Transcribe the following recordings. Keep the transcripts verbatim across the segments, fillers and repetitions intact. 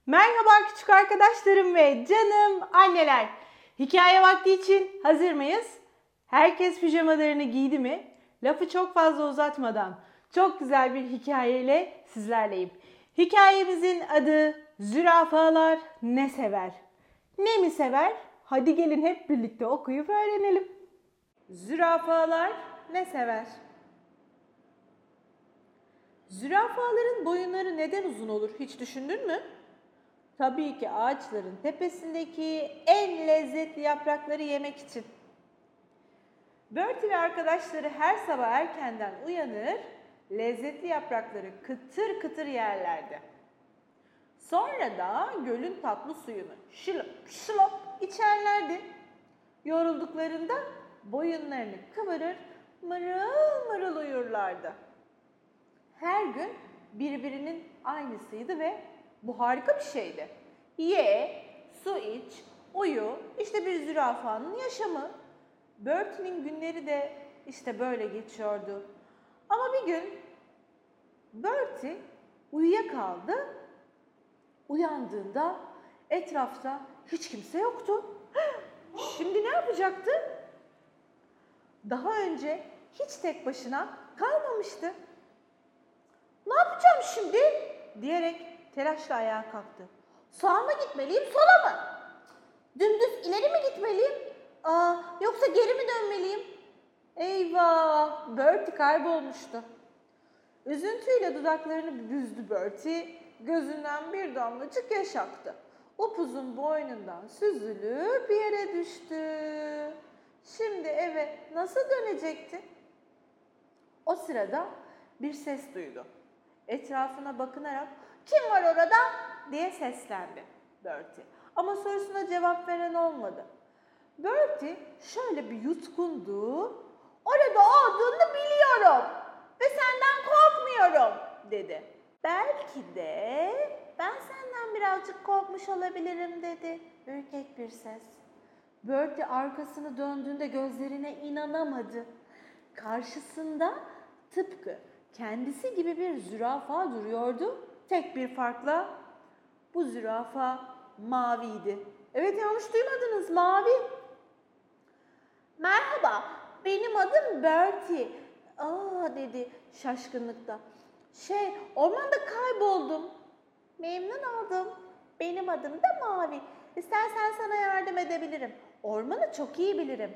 Merhaba küçük arkadaşlarım ve canım anneler. Hikaye vakti için hazır mıyız? Herkes pijamalarını giydi mi? Lafı çok fazla uzatmadan çok güzel bir hikayeyle sizlerleyim. Hikayemizin adı Zürafalar Ne Sever? Ne mi sever? Hadi gelin hep birlikte okuyup öğrenelim. Zürafalar ne sever? Zürafaların boyunları neden uzun olur hiç düşündün mü? Tabii ki ağaçların tepesindeki en lezzetli yaprakları yemek için. Bertie ve arkadaşları her sabah erkenden uyanır, lezzetli yaprakları kıtır kıtır yerlerdi. Sonra da gölün tatlı suyunu şılop şılop içerlerdi. Yorulduklarında boyunlarını kıvırır, mırıl mırıl uyurlardı. Her gün birbirinin aynısıydı ve bu harika bir şeydi. Ye, su iç, uyu, işte bir zürafanın yaşamı. Bertie'nin günleri de işte böyle geçiyordu. Ama bir gün Bertie uyuyakaldı. Uyandığında etrafta hiç kimse yoktu. Şimdi ne yapacaktı? Daha önce hiç tek başına kalmamıştı. Ne yapacağım şimdi? Diyerek telaşla ayağa kalktı. Sağa mı gitmeliyim, sola mı? Dümdüz ileri mi gitmeliyim? Aa, yoksa geri mi dönmeliyim? Eyvah! Bertie kaybolmuştu. Üzüntüyle dudaklarını büzdü Bertie. Gözünden bir damlacık yaş aktı. Upuzun boynundan süzülüp yere düştü. Şimdi eve nasıl dönecekti? O sırada bir ses duydu. Etrafına bakınarak "Kim var orada?" diye seslendi Bertie. Ama sorusuna cevap veren olmadı. Bertie şöyle bir yutkundu. "Orada olduğunu biliyorum ve senden korkmuyorum," dedi. "Belki de ben senden birazcık korkmuş olabilirim," dedi ürkek bir ses. Bertie arkasını döndüğünde gözlerine inanamadı. Karşısında tıpkı kendisi gibi bir zürafa duruyordu. Tek bir farkla bu zürafa maviydi. Evet, yanlış duymadınız, mavi. "Merhaba, benim adım Bertie," "Aa," dedi şaşkınlıkla. "Şey, ormanda kayboldum." "Memnun oldum. Benim adım da Mavi. İstersen sana yardım edebilirim. Ormanı çok iyi bilirim."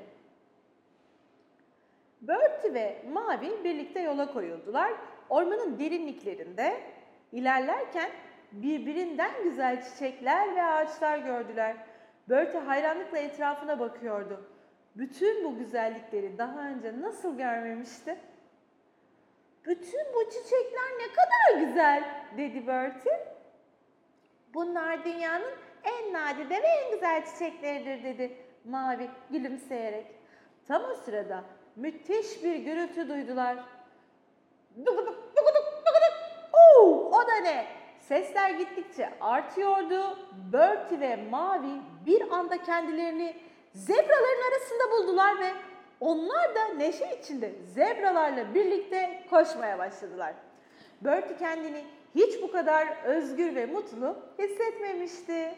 Bertie ve Mavi birlikte yola koyuldular. Ormanın derinliklerinde ilerlerken birbirinden güzel çiçekler ve ağaçlar gördüler. Bertie hayranlıkla etrafına bakıyordu. Bütün bu güzellikleri daha önce nasıl görmemişti? "Bütün bu çiçekler ne kadar güzel," dedi Bertie. "Bunlar dünyanın en nadide ve en güzel çiçekleridir," dedi Mavi gülümseyerek. Tam o sırada müthiş bir gürültü duydular. "Duguduk, duguduk, duguduk. Oo, o da ne?" Sesler gittikçe artıyordu. Bertie ve Mavi bir anda kendilerini zebraların arasında buldular ve onlar da neşe içinde zebralarla birlikte koşmaya başladılar. Bertie kendini hiç bu kadar özgür ve mutlu hissetmemişti.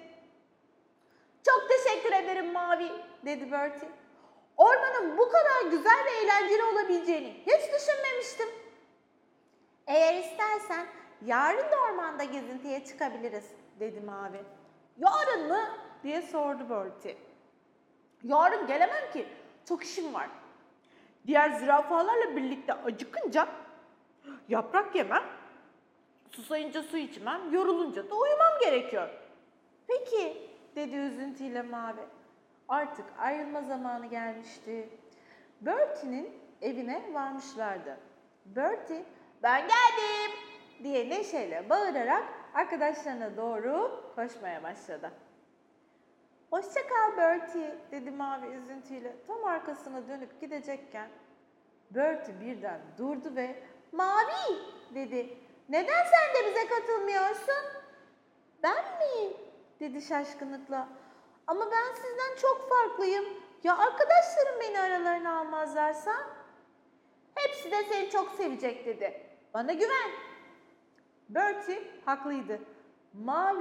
"Çok teşekkür ederim Mavi," dedi Bertie. "Ormanın bu kadar güzel ve eğlenceli olabileceğini hiç düşünmemiştim." "Eğer istersen yarın da ormanda gezintiye çıkabiliriz," dedi Mavi. "Yarın mı?" diye sordu Bertie. "Yarın gelemem ki, çok işim var. Diğer zürafalarla birlikte acıkınca yaprak yemem, susayınca su içmem, yorulunca da uyumam gerekiyor." "Peki," dedi üzüntüyle Mavi. Artık ayrılma zamanı gelmişti. Bertie'nin evine varmışlardı. Bertie, "Ben geldim," diye neşeyle bağırarak arkadaşlarına doğru koşmaya başladı. "Hoşça kal Bertie," dedi Mavi üzüntüyle. Tam arkasına dönüp gidecekken Bertie birden durdu ve "Mavi," dedi. "Neden sen de bize katılmıyorsun?" "Ben mi?" dedi şaşkınlıkla. "Ama ben sizden çok farklıyım. Ya arkadaşlarım beni aralarına almazlarsa?" "Hepsi de seni çok sevecek," dedi. "Bana güven." Bertie haklıydı. Mavi'yi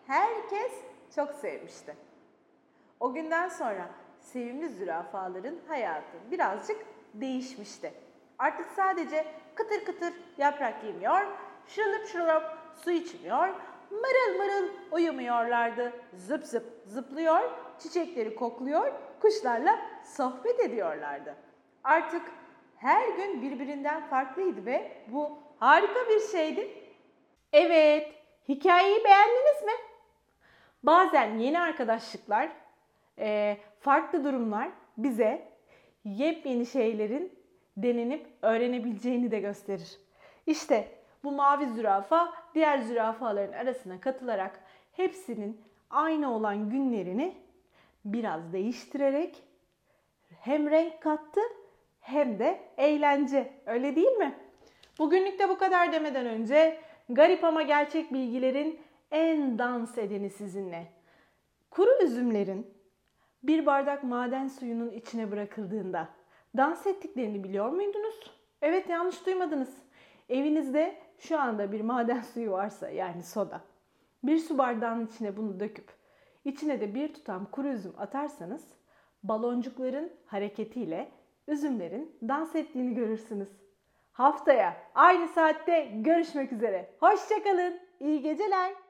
herkes çok sevmişti. O günden sonra sevimli zürafaların hayatı birazcık değişmişti. Artık sadece kıtır kıtır yaprak yemiyor, şırılıp şırılıp su içmiyor, mırıl mırıl uyumuyorlardı. Zıp zıp zıplıyor, çiçekleri kokluyor, kuşlarla sohbet ediyorlardı. Artık her gün birbirinden farklıydı ve bu harika bir şeydi. Evet, hikayeyi beğendiniz mi? Bazen yeni arkadaşlıklar, e, farklı durumlar bize yepyeni şeylerin denenip öğrenebileceğini de gösterir. İşte bu mavi zürafa diğer zürafaların arasına katılarak hepsinin aynı olan günlerini biraz değiştirerek hem renk kattı hem de eğlence. Öyle değil mi? Bugünlük de bu kadar demeden önce garip ama gerçek bilgilerin en dans edeni sizinle. Kuru üzümlerin bir bardak maden suyunun içine bırakıldığında dans ettiklerini biliyor muydunuz? Evet, yanlış duymadınız. Evinizde şu anda bir maden suyu varsa, yani soda, bir su bardağının içine bunu döküp içine de bir tutam kuru üzüm atarsanız baloncukların hareketiyle üzümlerin dans ettiğini görürsünüz. Haftaya aynı saatte görüşmek üzere. Hoşça kalın. İyi geceler.